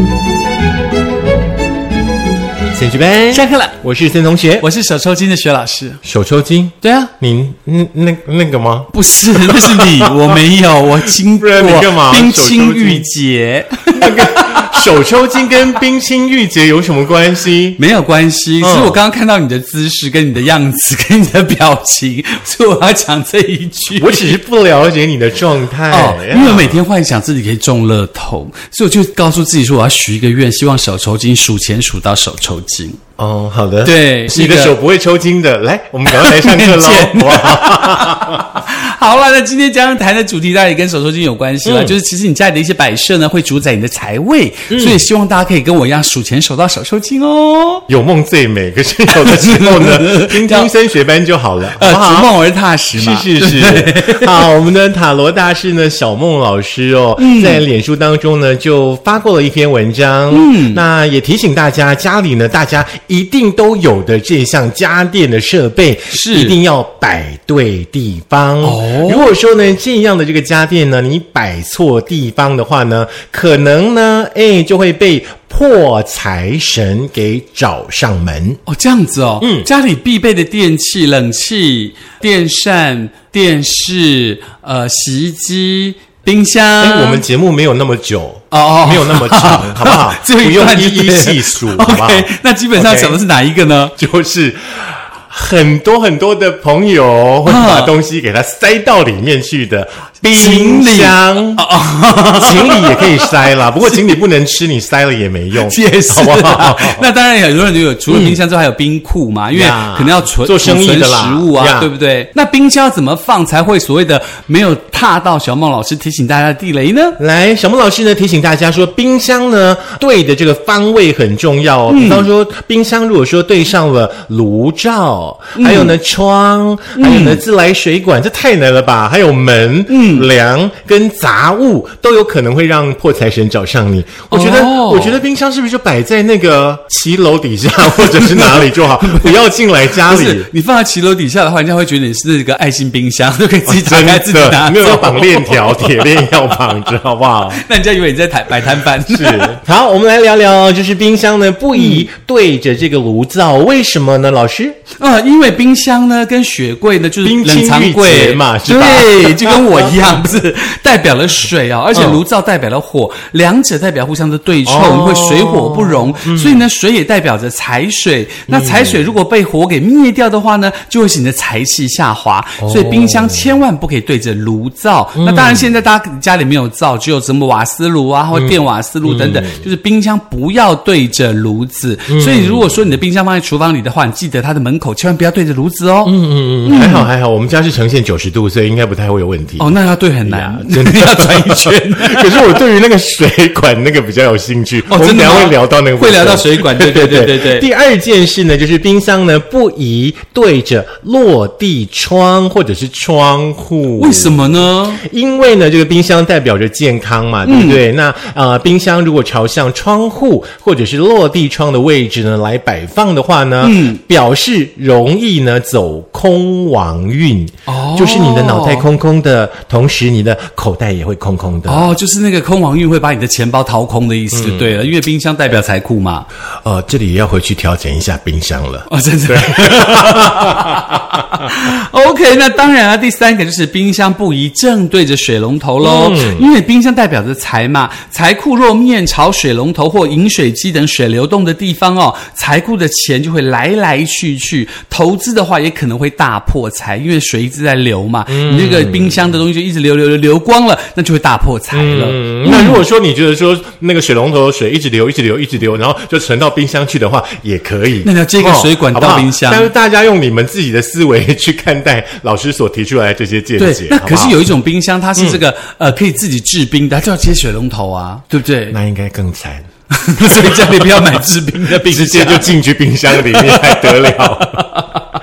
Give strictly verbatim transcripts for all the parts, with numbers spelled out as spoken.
兴趣班上课了， 我是森同学， 我是手抽筋的薛老师。 手抽筋？ 对啊， 你那那那个吗？ 不是，那是你，我没有，我经过你干嘛冰清玉洁。 那个手抽筋跟冰清玉洁有什么关系？ 没有关系，是我刚刚看到你的姿势、跟你的样子、跟你的表情，所以我要讲这一句。 我只是不了解你的状态哦，因为我每天幻想自己可以中乐透，所以我就告诉自己说，我要许一个愿，希望手抽筋，数钱数到手抽筋。 哦，好的， 对， 你的手不会抽筋的。来，我们赶快来上课喽！哇， 好了，那今天将要谈的主题当然也跟手抽筋有关系了，嗯、就是其实你家里的一些摆设呢，会主宰你的财位，嗯、所以希望大家可以跟我一样数钱数到手抽筋哦。 有梦最美，可是有的时候呢，听听升学班就好了， 呃，逐梦而踏实嘛。 是是是。好，我们的塔罗大师呢，小梦老师哦，嗯、在脸书当中呢就发过了一篇文章，嗯，那也提醒大家，家里呢大家一定都有的这项家电的设备， 是一定要摆对地方。哦，如果说呢这样的这个家电呢，你摆错地方的话呢，可能呢，哎，就会被破财神给找上门。 哦，这样子哦，嗯，家里必备的电器，冷气、电扇、电视、呃，洗衣机。冰箱， 哎，我们节目没有那么久哦哦， 没有那么长，好不好？不用一一细数，好不好？ okay, 那基本上讲的是哪一个呢？ Okay, 就是很多很多的朋友会把东西给它塞到里面去的。冰箱，锦鲤也可以塞啦，不过锦鲤不能吃，你塞了也没用， 也是，好不好？那当然，很多人就有除了冰箱之后还有冰库嘛，嗯、因为可能要存做生意的啦， 食物啊，对不对？那冰箱怎么放才会所谓的没有踏到小梦老师提醒大家的地雷呢？ 来，小梦老师呢提醒大家说，冰箱呢对的这个方位很重要哦。嗯、比方说，冰箱如果说对上了炉灶，嗯、还有呢窗，嗯、还有呢自来水管，这太难了吧？还有门，嗯。梁跟杂物都有可能会让破财神找上你。我觉得，哦、我觉得冰箱是不是就摆在那个骑楼底下或者是哪里就好，不要进来家里。 不是，你放在骑楼底下的话，人家会觉得你是那个爱心冰箱，就可以自己打开、哦、自己拿走。 没有要绑链条，铁链要绑着，好不好？ 那人家以为你在摆摊贩。 是。好，我们来聊聊，就是冰箱呢不宜对着这个炉灶，为什么呢？老师？ 啊、呃，因为冰箱呢跟雪柜呢就是冷藏柜嘛，是吧？ 对，就跟我一样。不是代表了水啊、哦，而且炉灶代表了火，嗯、两者代表互相的对冲，哦、会水火不容，嗯、所以呢，水也代表着财水。嗯、那财水如果被火给灭掉的话呢，就会使你的财气下滑。哦、所以冰箱千万不可以对着炉灶。嗯、那当然，现在大家家里没有灶，只有什么瓦斯炉啊，或电瓦斯炉等等，嗯、就是冰箱不要对着炉子。嗯、所以如果说你的冰箱放在厨房里的话，你记得它的门口千万不要对着炉子哦。 嗯嗯嗯，还好还好，我们家是呈现九十度，所以应该不太会有问题。 哦，那要对很难。真的要转一圈， 可是我对于那个水管那个比较有兴趣。 哦， 我们等一下会聊到那个， 会聊到水管，对对对对对。 第二件事呢，就是冰箱呢不宜对着落地窗或者是窗户。 为什么呢？ 因为呢，这个冰箱代表着健康嘛，对不对？嗯、那呃，冰箱如果朝向窗户或者是落地窗的位置呢来摆放的话呢，嗯，表示容易呢走空亡运。哦，就是你的脑袋空空的，同时你的口袋也会空空的。 哦，就是那个空亡运会把你的钱包掏空的意思就对了，嗯、因为冰箱代表财库嘛。 呃，这里也要回去调整一下冰箱了。 哦，真的。OK， 那当然啊，第三个就是冰箱不宜正对着水龙头咯，嗯、因为冰箱代表着财嘛，财库若面朝水龙头或饮水机等水流动的地方哦，财库的钱就会来来去去，投资的话也可能会大破财，因为水一直在流嘛，嗯、你那个冰箱的东西就一直流流流流光了，那就会大破财了。 嗯、那如果说你觉得说那个水龙头的水一直流一直流一直流，然后就沉到冰箱去的话，也可以。 那你要接个水管到冰箱， 哦、好不好？但是大家用你们自己的思维去看待老师所提出来的这些见解。 对，那可是有一种冰箱，它是这个、嗯、呃可以自己制冰的，它就要接水龙头啊，对不对？ 那应该更惨。 所以家里不要买制冰的冰箱， 直接就进去冰箱里面还得了。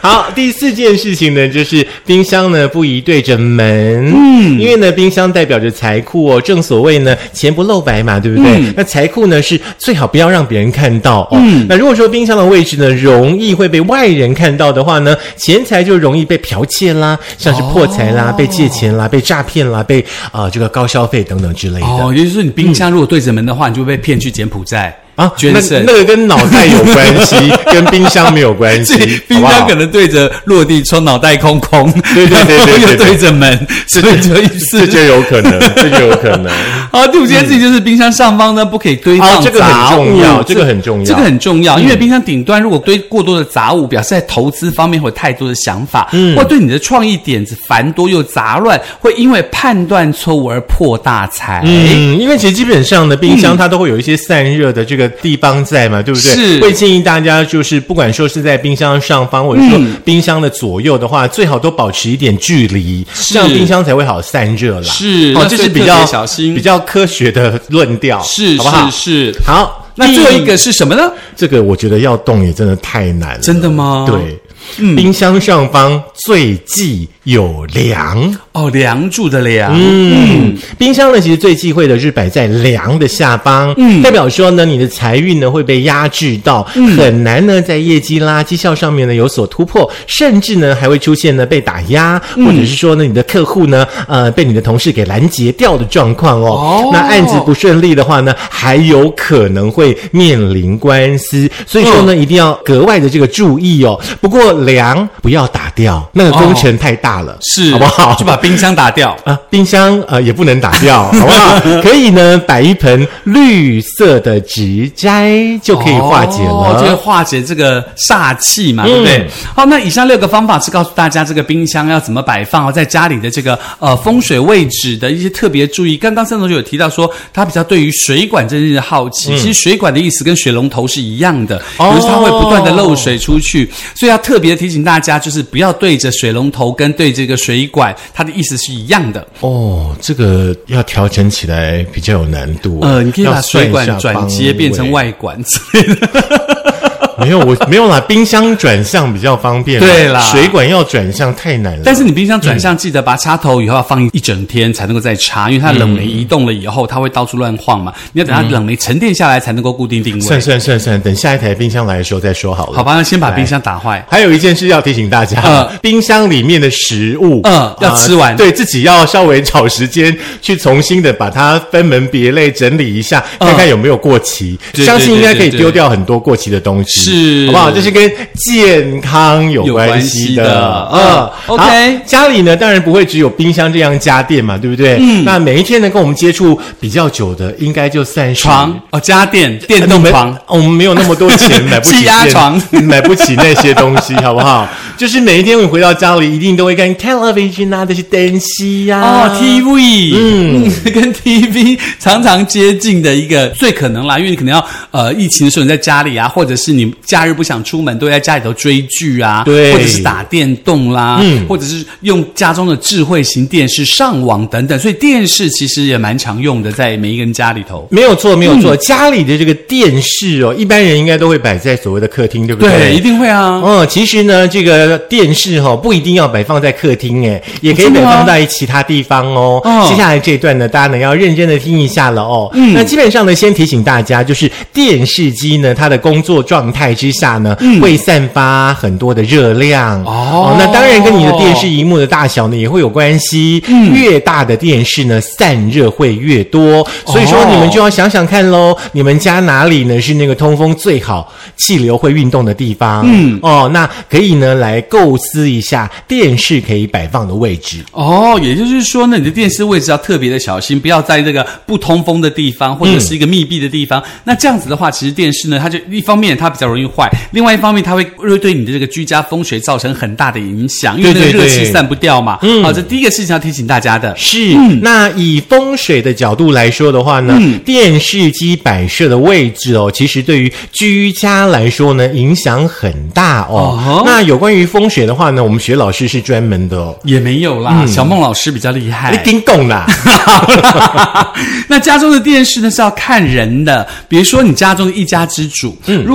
好，第四件事情呢，就是冰箱呢不宜对着门，嗯，因为呢冰箱代表着财库哦，正所谓呢钱不露白嘛，对不对？嗯、那财库呢是最好不要让别人看到哦。嗯、那如果说冰箱的位置呢容易会被外人看到的话呢，钱财就容易被剽窃啦，像是破财啦、哦、被借钱啦、被诈骗啦、被啊、呃、这个高消费等等之类的。 哦，也就是说你冰箱如果对着门的话，嗯、你就会被骗去柬埔寨。 啊，那那个跟脑袋有关系，跟冰箱没有关系。 冰箱可能对着落地窗，脑袋空空， 对对对对对， 又对着门，所以就意思这就有可能，这就有可能。 好，第五件事情就是冰箱上方呢不可以堆放杂物， 这个很重要，这个很重要， 这个很重要，因为冰箱顶端如果堆过多的杂物，表示在投资方面会有太多的想法，嗯，或对你的创意点子繁多又杂乱，会因为判断错误而破大财。 嗯，因为其实基本上呢，冰箱它都会有一些散热的这个地方在嘛，对不对？ 是， 会建议大家就是不管说是在冰箱上方或者说冰箱的左右的话，嗯、最好都保持一点距离，这样冰箱才会好散热啦。 是， 哦，这是比较小心、 比较科学的论调， 是， 好不好？ 是是。 好， 那最后一个是什么呢？ 这个我觉得要动也真的太难了。 真的吗？ 对。嗯、冰箱上方最忌有梁哦，梁柱的梁。 嗯，嗯冰箱呢，其实最忌讳的是摆在梁的下方，嗯，代表说呢，你的财运呢会被压制到，嗯、很难呢在业绩啦、绩效上面呢有所突破，甚至呢还会出现呢被打压，嗯、或者是说呢你的客户呢呃被你的同事给拦截掉的状况哦。哦，那案子不顺利的话呢，还有可能会面临官司，所以说呢、嗯、一定要格外的这个注意哦。不过梁不要打掉，那个工程太大了，哦、 是好不好？ 就把冰箱打掉啊，冰箱呃也不能打掉，好不好？可以呢，摆一盆绿色的植栽就可以化解了， 哦、就会化解这个煞气嘛，嗯、对不对？好，那以上六个方法是告诉大家这个冰箱要怎么摆放，在家里的这个呃风水位置的一些特别注意。刚刚盛同学有提到说，他比较对于水管这件事好奇，嗯、其实水管的意思跟水龙头是一样的，哦、有时它会不断的漏水出去，所以要特别提醒大家，就是不要对着水龙头跟对这个水管，它的意思是一样的。 哦，这个要调整起来比较有难度。 呃，你可以把水管转接变成外管之类的。 没有，我没有啦。冰箱转向比较方便， 对啦。 水管要转向太难了。 但是你冰箱转向，嗯、记得把插头以后要放一整天才能够再插，因为它冷媒移动了以后，它会到处乱晃嘛。你要等它冷媒沉淀下来才能够固定定位。 算算算算，等下一台冰箱来的时候再说好了。 好吧，那先把冰箱打坏。 还有一件事要提醒大家，呃、冰箱里面的食物， 嗯、呃，要吃完， 呃，对自己要稍微找时间去重新的把它分门别类整理一下，呃、看看有没有过期。 对对对对对， 相信应该可以丢掉很多过期的东西， 是， 好不好？这是跟健康有关系的。 嗯 ，OK， 家里呢当然不会只有冰箱这样家电嘛，对不对？嗯，那每一天呢跟我们接触比较久的，应该就算是床哦，家电电动床。 呃、我们没有那么多钱买不起气压床， 买不起那些东西，好不好？就是每一天我回到家里，一定都会看 television 啊，这些电视呀， 哦 ，T V， 嗯，跟 T V 常常接近的一个最可能啦，因为你可能要呃疫情的时候你在家里啊，或者是你假日不想出门，都在家里头追剧啊， 对， 或者是打电动啦，嗯，或者是用家中的智慧型电视上网等等，所以电视其实也蛮常用的，在每一个人家里头。 没有错，没有错，嗯、家里的这个电视哦，一般人应该都会摆在所谓的客厅，对不对？ 对，一定会啊。 哦，其实呢，这个电视哈、哦、不一定要摆放在客厅，哎，也可以摆放在其他地方哦。哦，接下来这一段呢，大家呢要认真的听一下了哦。嗯，那基本上呢，先提醒大家，就是电视机呢，它的工作状态之下呢，嗯、会散发很多的热量。哦, 哦，那当然跟你的电视萤幕的大小呢也会有关系。嗯，越大的电视呢，散热会越多。所以说，你们就要想想看喽，你们家哪里呢是那个通风最好、气流会运动的地方？嗯，哦，那可以呢来构思一下电视可以摆放的位置。 哦，也就是说呢，你的电视位置要特别的小心，不要在这个不通风的地方，或者是一个密闭的地方。嗯、那这样子的话，其实电视呢，它就一方面它比较容易坏，另外一方面它会会对你的这个居家风水造成很大的影响，因为那个热气散不掉嘛。嗯，好，这第一个事情要提醒大家的是，嗯、那以风水的角度来说的话呢，嗯、电视机摆设的位置哦，其实对于居家来说呢，影响很大哦。哦，那有关于风水的话呢，我们学老师是专门的哦， 也没有啦，嗯、小孟老师比较厉害， 你听讲啦。 那家中的电视呢是要看人的，比如说你家中的一家之主，嗯，如果一家之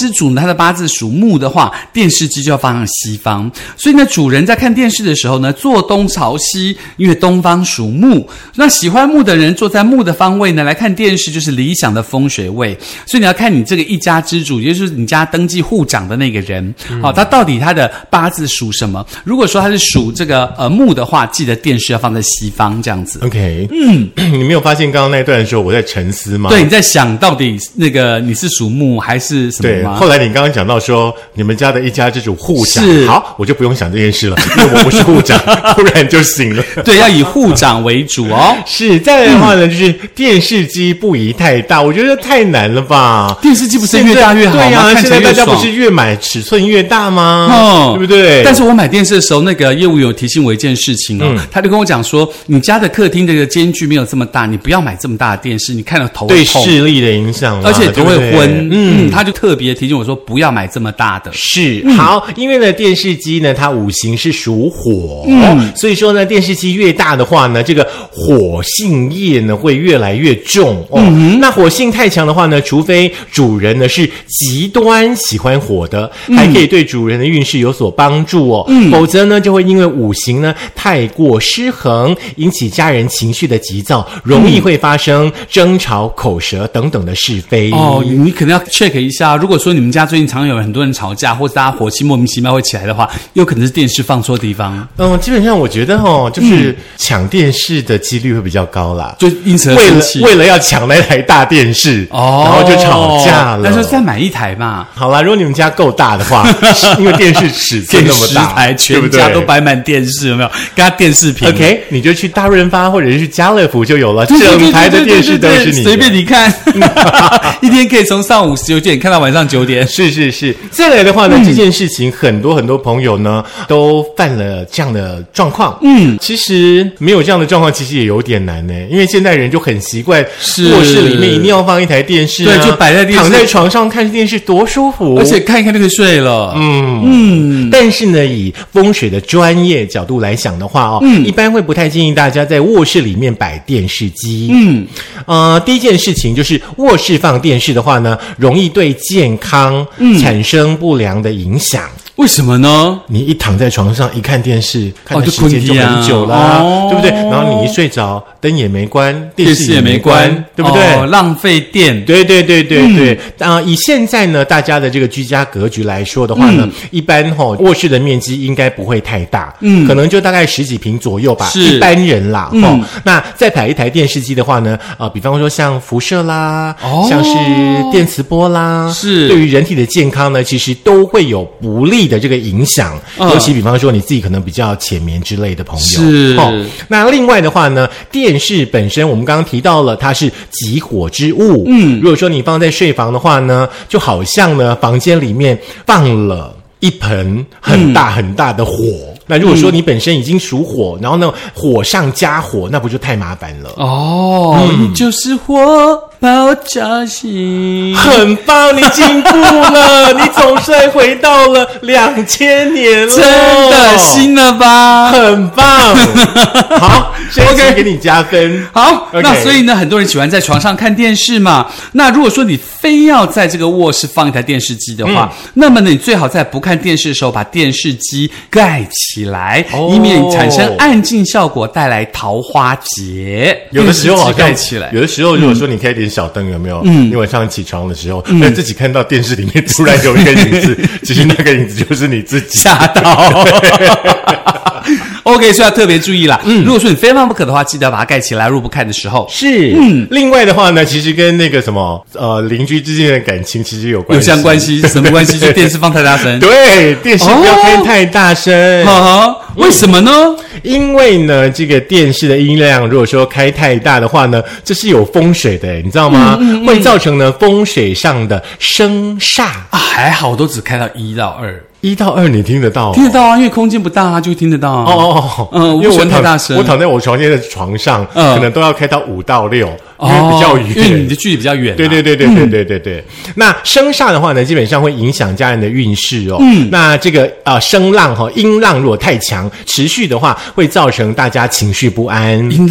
之主呢，他的八字属木的话，电视机就要放向西方。所以呢，主人在看电视的时候呢，坐东朝西，因为东方属木。那喜欢木的人坐在木的方位呢，来看电视就是理想的风水位。所以你要看你这个一家之主，也就是你家登记户长的那个人，好、嗯哦，他到底他的八字属什么？如果说他是属这个呃木的话，记得电视要放在西方这样子。 OK， 嗯，你没有发现刚刚那一段的时候我在沉思吗？ 对，你在想到底那个你是属木还是什么吗？ 对，后来你刚刚讲到说你们家的一家之主户长，好，我就不用想这件事了，因为我不是户长，不然就行了。 对，要以户长为主哦。 是，再来的话呢，嗯、就是电视机不宜太大，我觉得太难了吧？ 电视机不是越大越好吗？ 对啊， 看起来越爽。 现在大家不是越买尺寸越大吗？哦，对不对？ 但是我买电视的时候，那个业务员有提醒我一件事情哦，嗯、他就跟我讲说，你家的客厅这个间距没有这么大，你不要买这么大的电视，你看了头会痛， 对视力的影响， 而且头会昏。 对对嗯，他就特别提醒我说，不要买这么大的。 是，好，因为呢，电视机呢，它五行是属火，嗯，所以说呢，电视机越大的话呢，这个火性业呢会越来越重哦。嗯、那火性太强的话呢，除非主人呢是极端喜欢火的，还可以对主人的运势有所帮助哦。嗯，否则呢，就会因为五行呢太过失衡，引起家人情绪的急躁，容易会发生争吵、口舌等等的是非。 哦，你可能要 check 一下，如果说你们家最近常有很多人吵架，或者大家火气莫名其妙会起来的话，有可能是电视放错地方。 嗯，基本上我觉得哦，就是抢电视的几率会比较高啦， 就因此而生气， 为了为了要抢那台大电视，哦，然后就吵架了。 那就再买一台嘛。 好啦，如果你们家够大的话，因为电视尺寸那么大， 台全家都摆满电视，有没有？跟他电视屏 ，OK， 你就去大润发或者是去家乐福就有了，整台的电视都是你的， 随便你看，一天可以从上午十九点看到晚上九点。 是是是。再来的话呢，嗯、这件事情很多很多朋友呢都犯了这样的状况。嗯，其实没有这样的状况，其实也有点难呢，因为现代人就很习惯卧室里面一定要放一台电视、啊， 对，就摆在电视， 躺在床上看电视多舒服， 而且看一看就可以睡了。嗯嗯。但是呢，以风水的专业角度来想的话哦，嗯，一般会不太建议大家在卧室里面摆电视机。嗯，呃，第一件事情就是卧室放电视的话呢，容易对健康产生不良的影响。嗯， 为什么呢？ 你一躺在床上一看电视，看的时间就很久啦，哦、对不对？然后你一睡着，灯也没关，电视也没关，对不对？ 哦、浪费电。 对对对对对。啊、嗯呃，以现在呢大家的这个居家格局来说的话呢，嗯、一般哈、哦、卧室的面积应该不会太大，嗯，可能就大概十几平左右吧，是一般人啦。嗯、哦，那再摆一台电视机的话呢，啊、呃，比方说像辐射啦，哦、像是电磁波啦，是对于人体的健康呢，其实都会有不利的这个影响，嗯、尤其比方说你自己可能比较浅眠之类的朋友， 是哦。那另外的话呢，电视本身我们刚刚提到了，它是急火之物，嗯，如果说你放在睡房的话呢，就好像呢房间里面放了一盆很大很大的火。嗯，那如果说你本身已经属火，嗯、然后呢火上加火，那不就太麻烦了？ 哦，嗯、你就是火把我浇醒， 很棒，你进步了，你总算回到了两千年了， 真的新了吧？ 很棒，好，这一集给你加分。 好， okay. 那所以呢，很多人喜欢在床上看电视嘛。那如果说你非要在这个卧室放一台电视机的话，嗯、那么呢，你最好在不看电视的时候把电视机盖起来，哦、以免产生暗静效果，带来桃花劫。 有的时候好像盖起来， 有的时候如果说你开点小灯，有没有？嗯，你晚上起床的时候，嗯，自己看到电视里面突然有一个影子，其实那个影子就是你自己， 吓到。OK， 所以要特别注意啦。嗯，如果说你非放不可的话，记得要把它盖起来。如果不看的时候， 是。嗯，另外的话呢，其实跟那个什么呃邻居之间的感情其实有关系， 有相关系。什么关系？就电视放太大声。 对，电视不要开太大声。 哦，为什么呢？ 因为呢，这个电视的音量如果说开太大的话呢，这是有风水的，你知道吗？嗯嗯嗯，会造成呢风水上的生煞啊。还好，都只开到一到二。 一到二你听得到、哦？ 听得到啊，因为空间不大啊，就听得到啊。 哦哦哦， 嗯，因为我太大声， 我躺在我床间的床上，嗯，可能都要开到五到六，因为比较远， 因为你的距离比较远、啊。 对对对对对对对对。嗯、那生煞的话呢，基本上会影响家人的运势哦。嗯，那这个啊、呃、声浪哈、哦，音浪如果太强，持续的话会造成大家情绪不安。 音浪。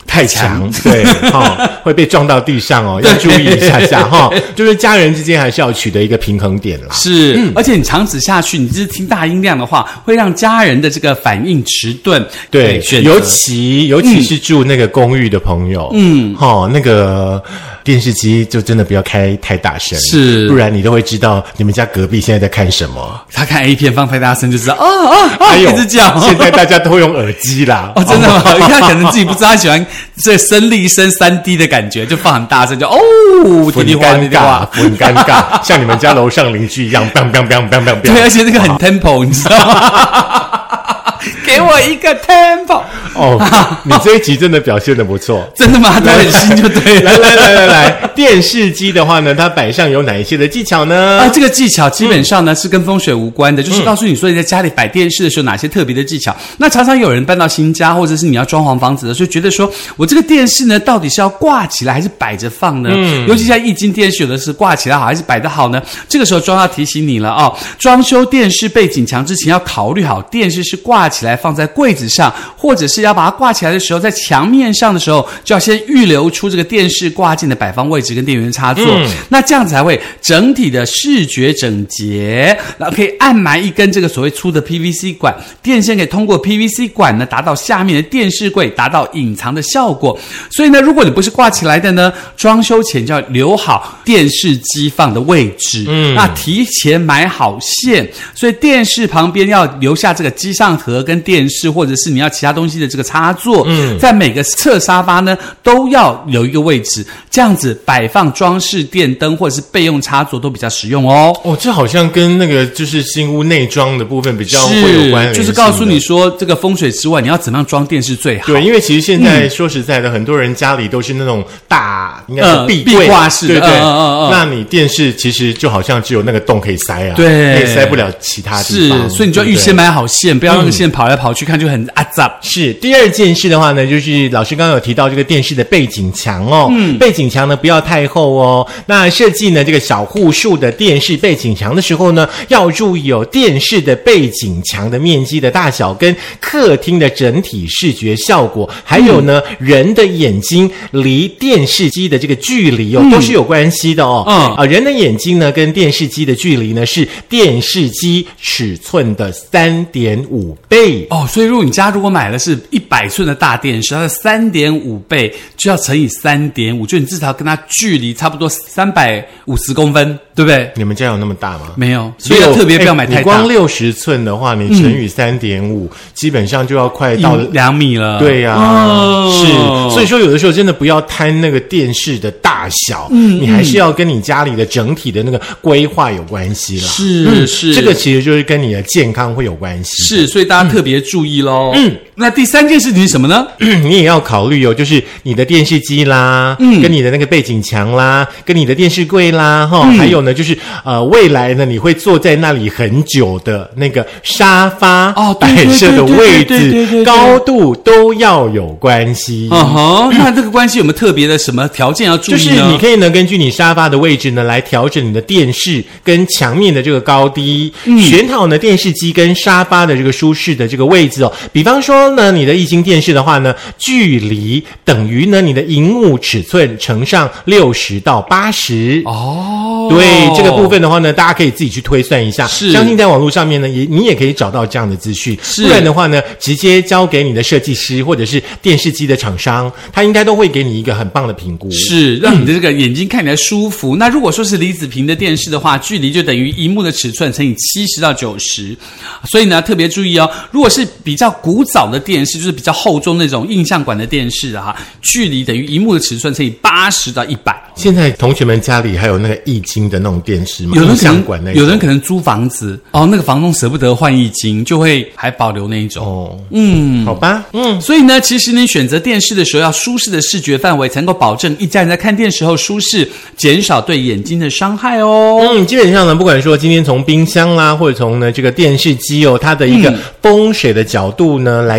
太强，对，哈、哦，会被撞到地上哦，要注意一下下哈、哦。就是家人之间还是要取得一个平衡点啦。 是，嗯、而且你长此下去，你就是听大音量的话，会让家人的这个反应迟钝。 对，尤其尤其是住那个公寓的朋友，嗯，哈、哦，那个电视机就真的不要开太大声， 是， 不然你都会知道你们家隔壁现在在看什么。 他看 A 片放太大声就知道，哦哦哦， 还有一直叫。 现在大家都会用耳机啦， 哦，真的吗？因为他可能自己不知道，他喜欢这声力声三 D 的感觉，就放很大声，就哦， 很尴尬，很尴尬，像你们家楼上邻居一样，bang bang bang bang bang。 对，而且那个很 tempo， 你知道吗？给我一个 tempo 哦，你这一集真的表现得不错。 真的吗？都很新就对了。 来来来来来，电视机的话呢，它摆上有哪一些的技巧呢？ 啊，这个技巧基本上呢、嗯、是跟风水无关的，就是告诉你说你在家里摆电视的时候哪些特别的技巧。那常常有人搬到新家，或者是你要装潢房子的时候，觉得说我这个电视呢，到底是要挂起来还是摆着放呢？嗯，尤其像液晶电视，有的是挂起来好还是摆得好呢？这个时候装要提醒你了哦，装修电视背景墙之前要考虑好，电视是挂起来放在柜子上，或者是要把它挂起来的时候，在墙面上的时候，就要先预留出这个电视挂件的摆放位置跟电源插座、嗯、那这样子才会整体的视觉整洁，然后可以按埋一根这个所谓粗的 P V C 管，电线可以通过 P V C 管呢达到下面的电视柜，达到隐藏的效果。所以呢，如果你不是挂起来的呢，装修前就要留好电视机放的位置，嗯，那提前买好线，所以电视旁边要留下这个机上盒跟电视，或者是你要其他东西的这个插座，嗯，在每个侧沙发呢都要留一个位置，这样子摆放装饰电灯或者是备用插座都比较实用哦。 哦，这好像跟那个就是新屋内装的部分比较会有关联， 就是告诉你说这个风水之外，你要怎么样装电视最好。 对，因为其实现在、嗯、说实在的，很多人家里都是那种大，应该是壁柜、 壁挂式的， 对对、 嗯嗯嗯。 那你电视其实就好像只有那个洞可以塞啊， 对， 也塞不了其他地方。 是，所以你就要预先买好线，不要让那个线跑来跑去，看就很阿杂。 是，第二件事的话呢，就是老师刚刚有提到这个电视的背景墙哦，嗯，背景墙呢不要太厚哦。那设计呢这个小户数的电视背景墙的时候呢，要注意哦，电视的背景墙的面积的大小跟客厅的整体视觉效果，还有呢、嗯、人的眼睛离电视机的这个距离哦，嗯、都是有关系的哦。嗯啊，人的眼睛呢跟电视机的距离呢是电视机尺寸的 三点五 倍哦，所以如果你家如果买的是一百寸的大电视，它的 三点五 倍就要乘以 三点五， 就你至少跟它距离差不多三百五十公分，对不对？ 你们家有那么大吗？ 没有，所以要特别不要买太大。 你光六十寸的话，你乘以 三点五、嗯、基本上就要快到两米了。 对呀、啊哦，是，所以说有的时候真的不要贪那个电视的大小，嗯，你还是要跟你家里的整体的那个规划有关系啦。 是、嗯、是， 这个其实就是跟你的健康会有关系。 是，所以大家特别注意咯。嗯，那第三件事情是什么呢？ 你也要考虑哦，就是你的电视机啦，嗯，跟你的那个背景墙啦，跟你的电视柜啦，哈、嗯，还有呢，就是呃，未来呢，你会坐在那里很久的那个沙发哦， 摆设的位置、高度都要有关系。 嗯哼，那这个关系有没有特别的什么条件要注意呢？ 就是你可以呢，根据你沙发的位置呢，来调整你的电视跟墙面的这个高低，嗯、选好呢电视机跟沙发的这个舒适的这个位置哦。比方说呢，你的液晶电视的话呢，距离等于呢你的萤幕尺寸乘上六十到八十哦。 对，这个部分的话呢，大家可以自己去推算一下。是，相信在网络上面呢，也你也可以找到这样的资讯。是，不然的话呢，直接交给你的设计师或者是电视机的厂商，他应该都会给你一个很棒的评估， 是让你的这个眼睛看起来舒服。嗯、那如果说是离子屏的电视的话，距离就等于萤幕的尺寸乘以七十到九十。所以呢，特别注意哦，如果是比较古早的电视，就是比较厚重那种映像管的电视啊，距离等于萤幕的尺寸乘以八十到一百。 现在同学们家里还有那个液晶的那种电视吗？ 有人可能有人可能租房子哦，那个房东舍不得换液晶，就会还保留那一种。 哦，嗯，好吧，嗯， 所以呢，其实你选择电视的时候要舒适的视觉范围，才能够保证一家人在看电视后舒适，减少对眼睛的伤害哦。 嗯，基本上呢，不管说今天从冰箱啦，或者从呢这个电视机哦，它的一个风水的角度呢，来跟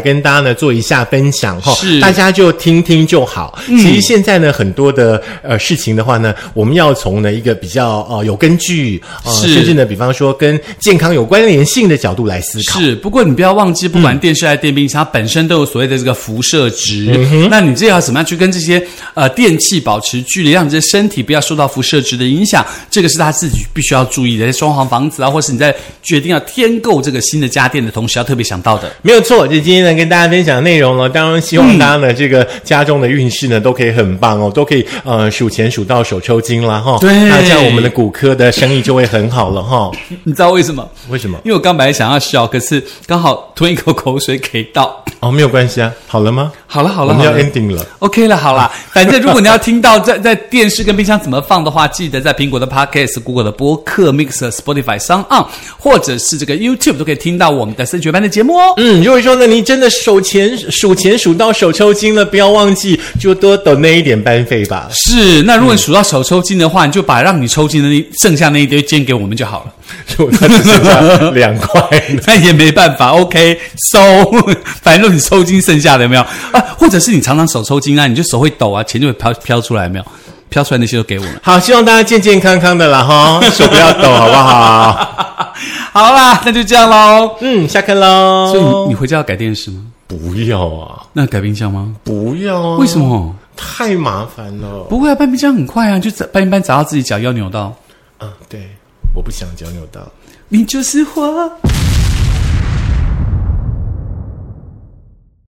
跟大家呢做一下分享哈， 是大家就听听就好。嗯、其实现在呢很多的呃事情的话呢，我们要从呢一个比较呃有根据，呃、甚至呢比方说跟健康有关联性的角度来思考。 是，不过你不要忘记，不管电视还是电冰箱，它本身都有所谓的这个辐射值。嗯、那你这要怎么样去跟这些呃电器保持距离，让你的身体不要受到辐射值的影响？这个是他自己必须要注意的。在装潢房子啊，或是你在决定要添购这个新的家电的同时，要特别想到的。 没有错，就今天呢跟大家分享的内容了。当然希望大家呢、嗯、这个家中的运势呢都可以很棒哦，都可以呃数钱数到手抽筋啦哈。 对， 那这样我们的骨科的生意就会很好了哈。 你知道为什么？ 为什么？ 因为我刚本来想要笑，可是刚好吞一口口水给到。 哦，没有关系啊。好了吗？ 好了好了， 我们要 ending 了。 OK 了，好啦。反正如果你要听到在在电视跟冰箱怎么放的话，记得在苹果的 Podcast、Google 的播客、Mixer、Spotify、SoundOn， 或者是这个 YouTube 都可以听到我们的升学班的节目哦。 嗯，如果说呢你真的手钱数钱数到手抽筋了，不要忘记就多donate一点班费吧。 是，那如果你数到手抽筋的话，你就把让你抽筋的那剩下那一堆捐给我们就好了。 如果它只剩下两块， 那也没办法。OK， 收，反正你抽筋剩下的有没有啊？或者是你常常手抽筋啊，你就手会抖啊，钱就会飘飘出来，有没有？飘出来那些都给我们。 好，希望大家健健康康的啦哈，手不要抖，好不好？ 好啦，那就这样咯。 嗯，下课咯。 所以你你回家要改电视吗？ 不要啊。 那改冰箱吗？ 不要啊。 为什么？ 太麻烦了。 不会啊，搬冰箱很快啊，就搬一搬，找到自己脚要扭到。 啊，对，我不想脚扭到。 你就是花。